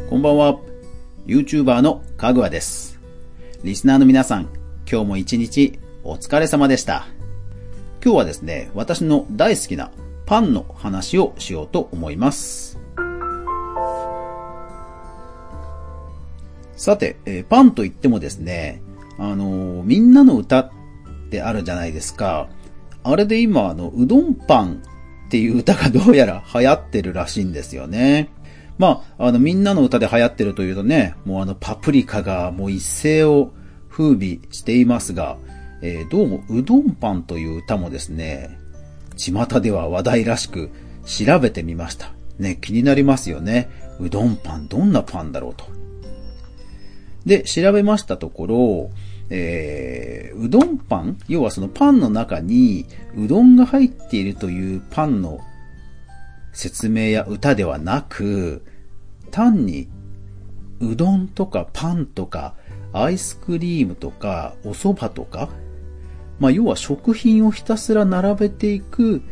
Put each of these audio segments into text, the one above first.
こんばんは。YouTuber のかぐわです。リスナーの皆さん、今日も一日お疲れ様でした。今日はですね、私の大好きなパンの話をしようと思います。さて、パンといってもですね、みんなの歌ってあるじゃないですか。あれで今うどんパンっていう歌がどうやら流行ってるらしいんですよね。みんなの歌で流行ってるというとね、もうパプリカがもう一世を風靡していますが、どうもうどんパンという歌もですね、巷では話題らしく調べてみました。ね、気になりますよね。うどんパン、どんなパンだろうと。で、調べましたところ、うどんパン、要はそのパンの中にうどんが入っているというパンの説明や歌ではなく、単にうどんとかパンとかアイスクリームとかお蕎麦とか、要は食品をひたすら並べて、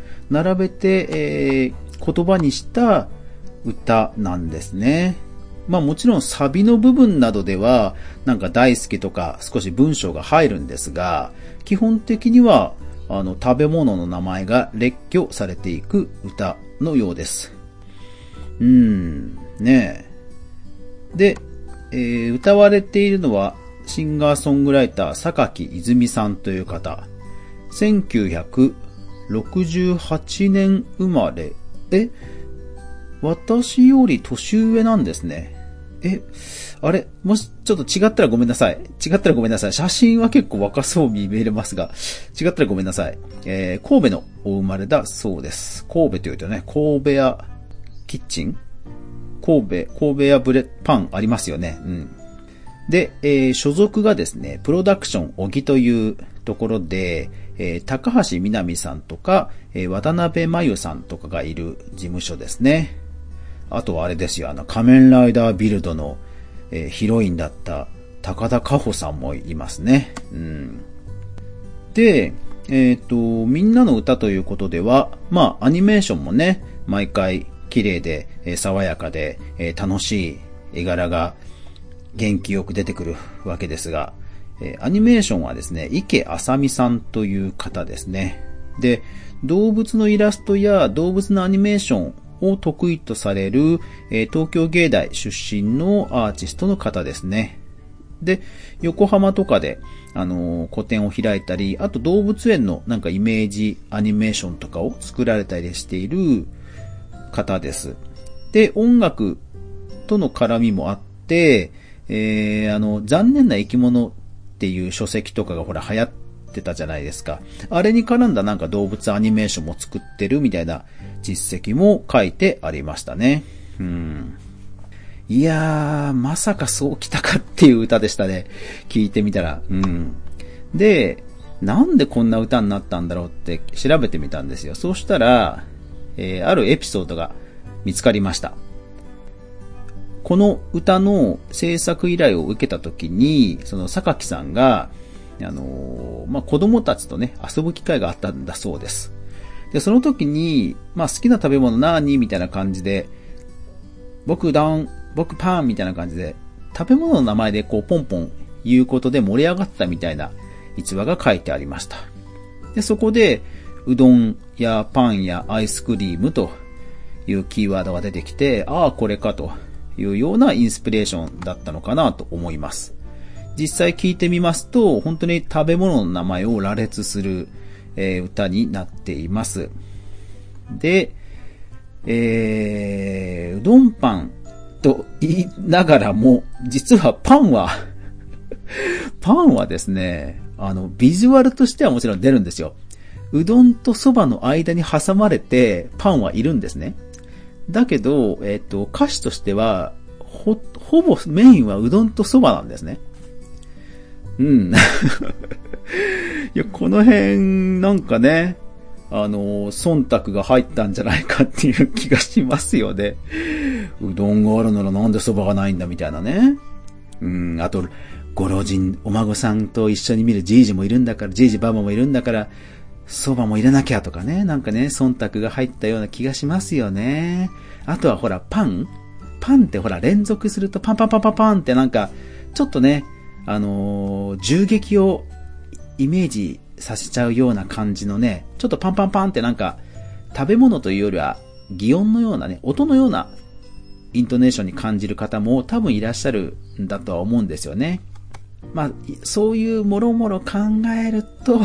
言葉にした歌なんですね。もちろんサビの部分などではなんか大好きとか少し文章が入るんですが、基本的には食べ物の名前が列挙されていく歌のようです。ねえ。で、歌われているのはシンガーソングライター榊泉さんという方。1968年生まれ。私より年上なんですね。あれもしちょっと違ったらごめんなさい。写真は結構若そうに見えますが、違ったらごめんなさい。神戸のお生まれだそうです。神戸というとね、神戸屋キッチン？神戸屋ブレパンありますよね。で、所属がですね、プロダクション小木というところで、高橋みなみさんとか、渡辺真由さんとかがいる事務所ですね。あとはあれですよ、仮面ライダービルドの、ヒロインだった高田夏帆さんもいますね。で、みんなの歌ということでは、アニメーションもね、毎回綺麗で、爽やかで、楽しい絵柄が元気よく出てくるわけですが、アニメーションはですね、池あさみさんという方ですね。で、動物のイラストや動物のアニメーションを得意とされる、東京芸大出身のアーティストの方ですね。で、横浜とかで、個展を開いたり、あと動物園のなんかイメージアニメーションとかを作られたりしている方です。で、音楽との絡みもあって、残念な生き物っていう書籍とかが流行ってたじゃないですか。あれに絡んだなんか動物アニメーションも作ってるみたいな実績も書いてありましたね。いやー、まさかそうきたかっていう歌でしたね。聞いてみたら。で、なんでこんな歌になったんだろうって調べてみたんですよ。そうしたら、あるエピソードが見つかりました。この歌の制作依頼を受けたときに、その榊さんが、子供たちとね、遊ぶ機会があったんだそうです。で、その時に、好きな食べ物何みたいな感じで、僕うどん、僕パンみたいな感じで、食べ物の名前でポンポン言うことで盛り上がったみたいな逸話が書いてありました。で、そこで、うどんやパンやアイスクリームというキーワードが出てきて、これかというようなインスピレーションだったのかなと思います。実際聞いてみますと、本当に食べ物の名前を羅列する、歌になっています。で、うどんパンと言いながらも、実はパンはですね、ビジュアルとしてはもちろん出るんですよ。うどんとそばの間に挟まれてパンはいるんですね。だけど、歌詞としては、ほぼメインはうどんとそばなんですね。いや、この辺、なんかね、忖度が入ったんじゃないかっていう気がしますよね。うどんがあるならなんでそばがないんだみたいなね。あと、ご老人、お孫さんと一緒に見るじいじもいるんだから、じいじばばもいるんだから、そばも入れなきゃとかね、なんかね、忖度が入ったような気がしますよね。あとはほら、パンパンってほら連続するとパンパンパンパンパンってなんか、ちょっとね、銃撃をイメージさせちゃうような感じのね、ちょっとパンパンパンってなんか、食べ物というよりは、擬音のようなね、音のようなイントネーションに感じる方も多分いらっしゃるんだとは思うんですよね。まあ、そういうもろもろ考えると、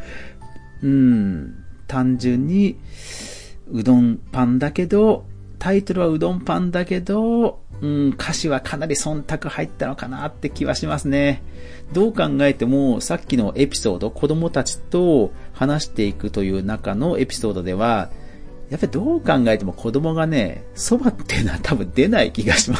単純に、うどんパンだけど、タイトルはうどんパンだけど、歌詞はかなり忖度入ったのかなって気はしますね。どう考えても、さっきのエピソード、子供たちと話していくという中のエピソードでは、やっぱりどう考えても子供がね、蕎麦っていうのは多分出ない気がします。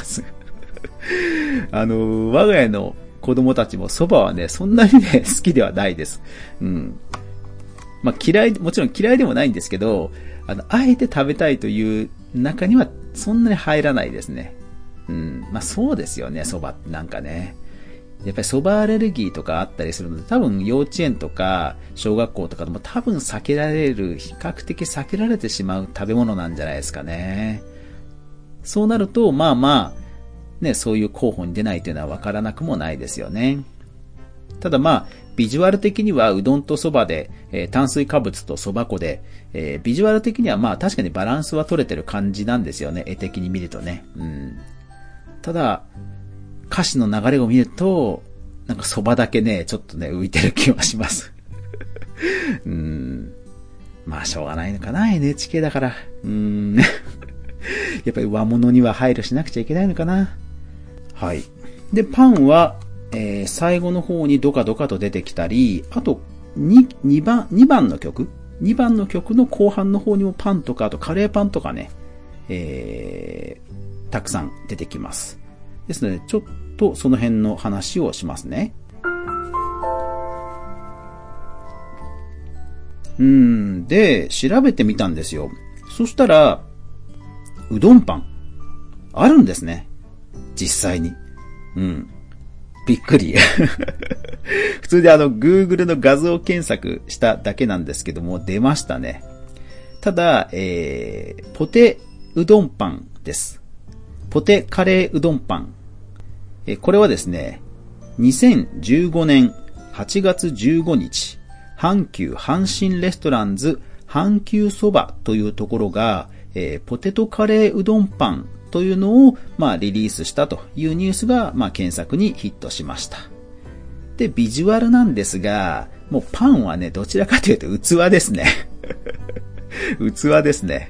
我が家の子供たちも蕎麦はね、そんなにね、好きではないです。まあもちろん嫌いでもないんですけど、あえて食べたいという中にはそんなに入らないですね。まあそうですよね、蕎麦ってなんかね。やっぱり蕎麦アレルギーとかあったりするので、多分幼稚園とか小学校とかでも多分比較的避けられてしまう食べ物なんじゃないですかね。そうなると、まあまあ、ね、そういう候補に出ないというのは分からなくもないですよね。ただまあ、ビジュアル的にはうどんと蕎麦で、炭水化物と蕎麦粉で、ビジュアル的にはまあ確かにバランスは取れてる感じなんですよね、絵的に見るとね。ただ、歌詞の流れを見ると、なんか蕎麦だけね、ちょっとね、浮いてる気はします。まあ、しょうがないのかな、NHK だから。やっぱり和物には配慮しなくちゃいけないのかな。はい。で、パンは、最後の方にドカドカと出てきたり、あと、2番の曲の後半の方にもパンとか、あとカレーパンとかね、たくさん出てきます。ですので、ちょっとその辺の話をしますね。で、調べてみたんですよ。そしたら、うどんパン、あるんですね。実際に。びっくり。普通でGoogle の画像検索しただけなんですけども、出ましたね。ただ、ポテうどんパンです。ポテカレーうどんパン。これはですね、2015年8月15日、阪急阪神レストランズ阪急そばというところが、ポテトカレーうどんパンというのを、リリースしたというニュースが、検索にヒットしました。で、ビジュアルなんですが、もうパンはね、どちらかというと器ですね。器ですね。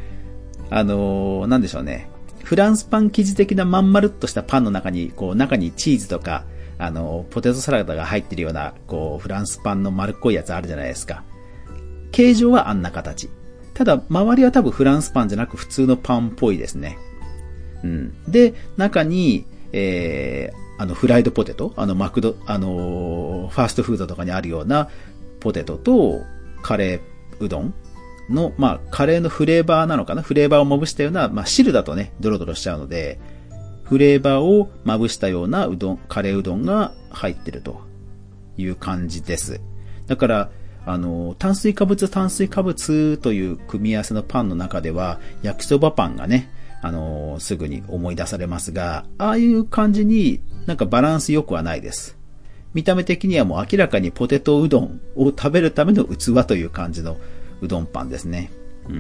なんでしょうね。フランスパン生地的なまん丸っとしたパンの中に、中にチーズとか、ポテトサラダが入ってるような、フランスパンの丸っこいやつあるじゃないですか。形状はあんな形。ただ、周りは多分フランスパンじゃなく普通のパンっぽいですね。で、中に、フライドポテト、ファーストフードとかにあるようなポテトとカレーうどんの、カレーのフレーバーなのかな、フレーバーをまぶしたような、汁だとね、ドロドロしちゃうので、フレーバーをまぶしたようなカレーうどんが入ってるという感じです。だから、炭水化物という組み合わせのパンの中では、焼きそばパンがね、すぐに思い出されますが、ああいう感じになんかバランス良くはないです。見た目的にはもう明らかにポテトうどんを食べるための器という感じのうどんパンですね。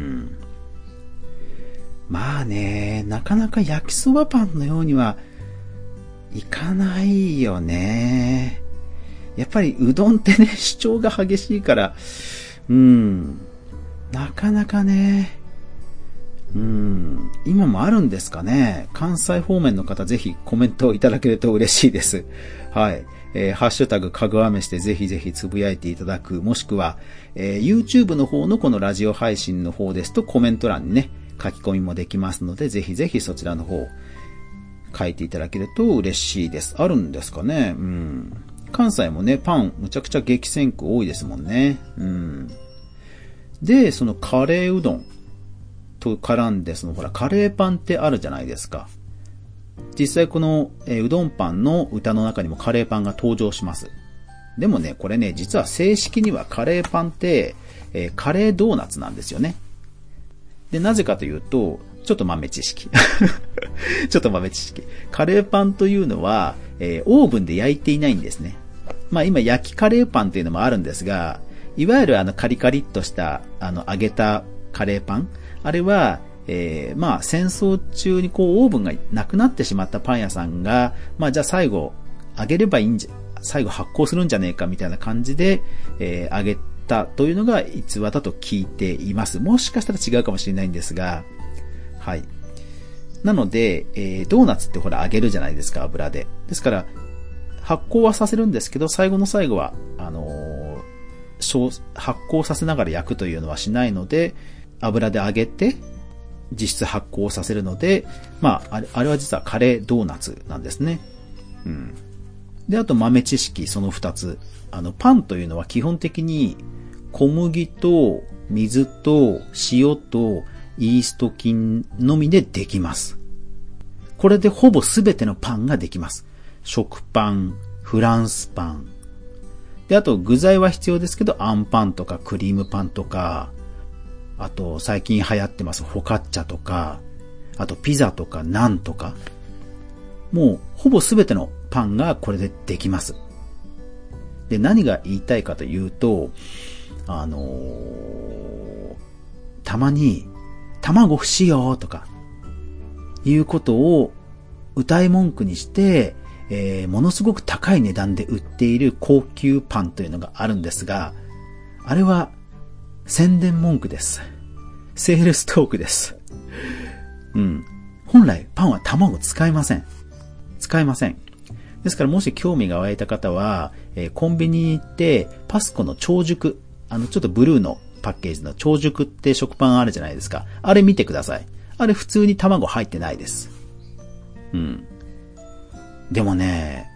まあね、なかなか焼きそばパンのようにはいかないよね。やっぱりうどんってね、主張が激しいから、なかなかね、今もあるんですかね。関西方面の方ぜひコメントをいただけると嬉しいです。はい。ハッシュタグかぐわめしてぜひぜひつぶやいていただく、もしくは、YouTube の方のこのラジオ配信の方ですとコメント欄にね、書き込みもできますので、ぜひぜひそちらの方書いていただけると嬉しいです。あるんですかね。関西もね、パンむちゃくちゃ激戦区多いですもんね。で、そのカレーうどんと絡んで、カレーパンってあるじゃないですか。実際この、うどんパンの歌の中にもカレーパンが登場します。でもね、これね、実は正式にはカレーパンって、カレードーナツなんですよね。で、なぜかというと、 ちょっと豆知識。ちょっと豆知識。カレーパンというのは、オーブンで焼いていないんですね。まあ今焼きカレーパンというのもあるんですが、いわゆるカリカリっとした揚げたカレーパン、あれは、まあ戦争中にこうオーブンがなくなってしまったパン屋さんが、まあじゃあ最後揚げればいいんじゃ、最後発酵するんじゃねえかみたいな感じで、揚げたというのが逸話だと聞いています。もしかしたら違うかもしれないんですが、はい。なので、ドーナツってほら揚げるじゃないですか、油で。ですから発酵はさせるんですけど、最後の最後は発酵させながら焼くというのはしないので、油で揚げて実質発酵させるので、まああれは実はカレードーナツなんですね。うん。で、あと豆知識その2つ。パンというのは基本的に小麦と水と塩とイースト菌のみでできます。これでほぼ全てのパンができます。食パン、フランスパン。で、あと具材は必要ですけど、あんパンとかクリームパンとか、あと最近流行ってますフォカッチャとか、あとピザとかナンとか、もうほぼ全てのパンがこれでできます。で、何が言いたいかというと、たまに卵不使用とかいうことを歌い文句にして、ものすごく高い値段で売っている高級パンというのがあるんですが、あれは宣伝文句です。セールストークです。うん。本来パンは卵使えません。使えません。ですからもし興味が湧いた方は、コンビニに行ってパスコの超熟、ちょっとブルーのパッケージの超熟って食パンあるじゃないですか。あれ見てください。あれ普通に卵入ってないです。うん。でもね、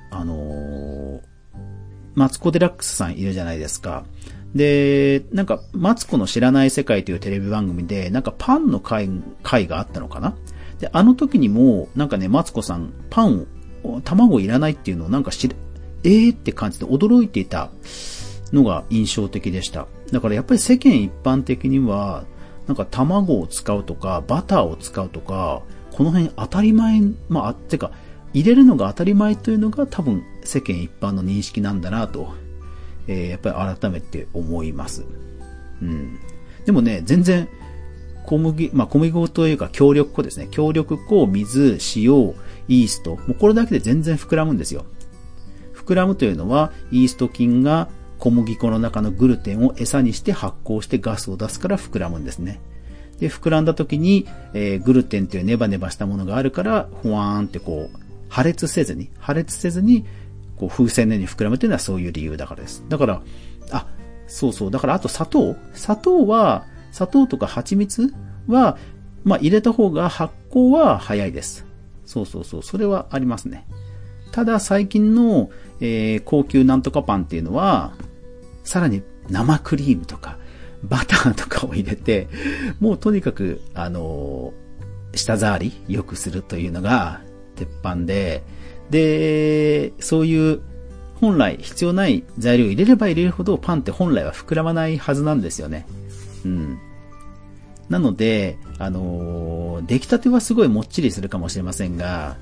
マツコデラックスさんいるじゃないですか。で、なんか、マツコの知らない世界というテレビ番組で、なんかパンの会があったのかな。で、あの時にも、なんかね、マツコさん、卵いらないっていうのをなんかって感じで驚いていたのが印象的でした。だからやっぱり世間一般的には、なんか卵を使うとか、バターを使うとか、この辺当たり前、てか、入れるのが当たり前というのが多分世間一般の認識なんだなと、やっぱり改めて思います。うん。でもね、全然小麦粉というか強力粉ですね。強力粉、水、塩、イースト。もうこれだけで全然膨らむんですよ。膨らむというのは、イースト菌が小麦粉の中のグルテンを餌にして発酵してガスを出すから膨らむんですね。で、膨らんだ時に、グルテンというネバネバしたものがあるから、ふわーんってこう、破裂せずに、こう風船のように膨らむというのはそういう理由だからです。だから、だからあと砂糖とか蜂蜜は、入れた方が発酵は早いです。それはありますね。ただ最近の、高級なんとかパンっていうのは、さらに生クリームとか、バターとかを入れて、もうとにかく、舌触り良くするというのが、鉄板で、そういう本来必要ない材料を入れれば入れるほどパンって本来は膨らまないはずなんですよね。うん。なので、出来たてはすごいもっちりするかもしれませんが、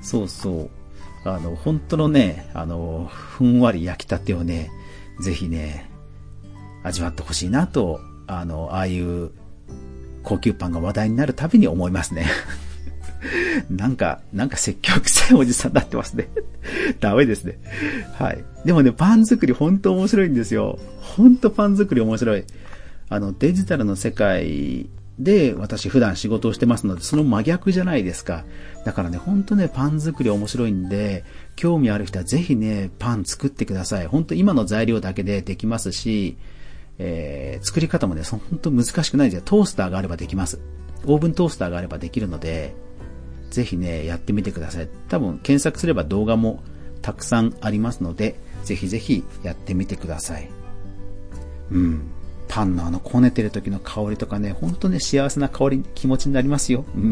本当のね、ふんわり焼きたてをね、ぜひね、味わってほしいなと、ああいう高級パンが話題になるたびに思いますね。なんか積極臭いおじさんになってますね。ダメですね。はい。でもね、パン作り本当面白いんですよ。本当パン作り面白い。デジタルの世界で私普段仕事をしてますので、その真逆じゃないですか。だからね、本当ね、パン作り面白いんで、興味ある人はぜひね、パン作ってください。本当今の材料だけでできますし、作り方もね、本当難しくないですよ。トースターがあればできます。オーブントースターがあればできるので、ぜひね、やってみてください。多分検索すれば動画もたくさんありますので、ぜひぜひやってみてください。うん。パンのこねてる時の香りとかね、ほんとね、幸せな気持ちになりますよ。うん。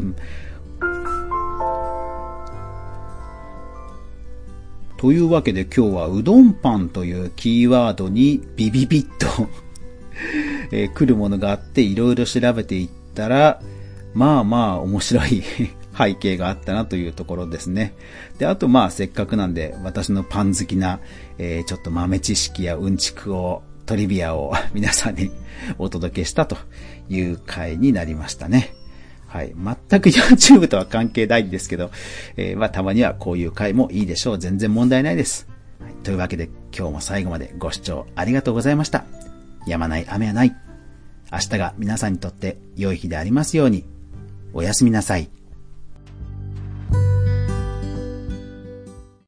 というわけで今日はうどんパンというキーワードにビビビッと来るものがあっていろいろ調べていったら、 まあまあ面白い背景があったなというところですね。で、あとせっかくなんで私のパン好きな、ちょっと豆知識やうんちくを、トリビアを皆さんにお届けしたという回になりましたね。はい。全く YouTube とは関係ないんですけど、たまにはこういう回もいいでしょう。全然問題ないです。はい、というわけで今日も最後までご視聴ありがとうございました。止まない雨はない。明日が皆さんにとって良い日でありますように。おやすみなさい。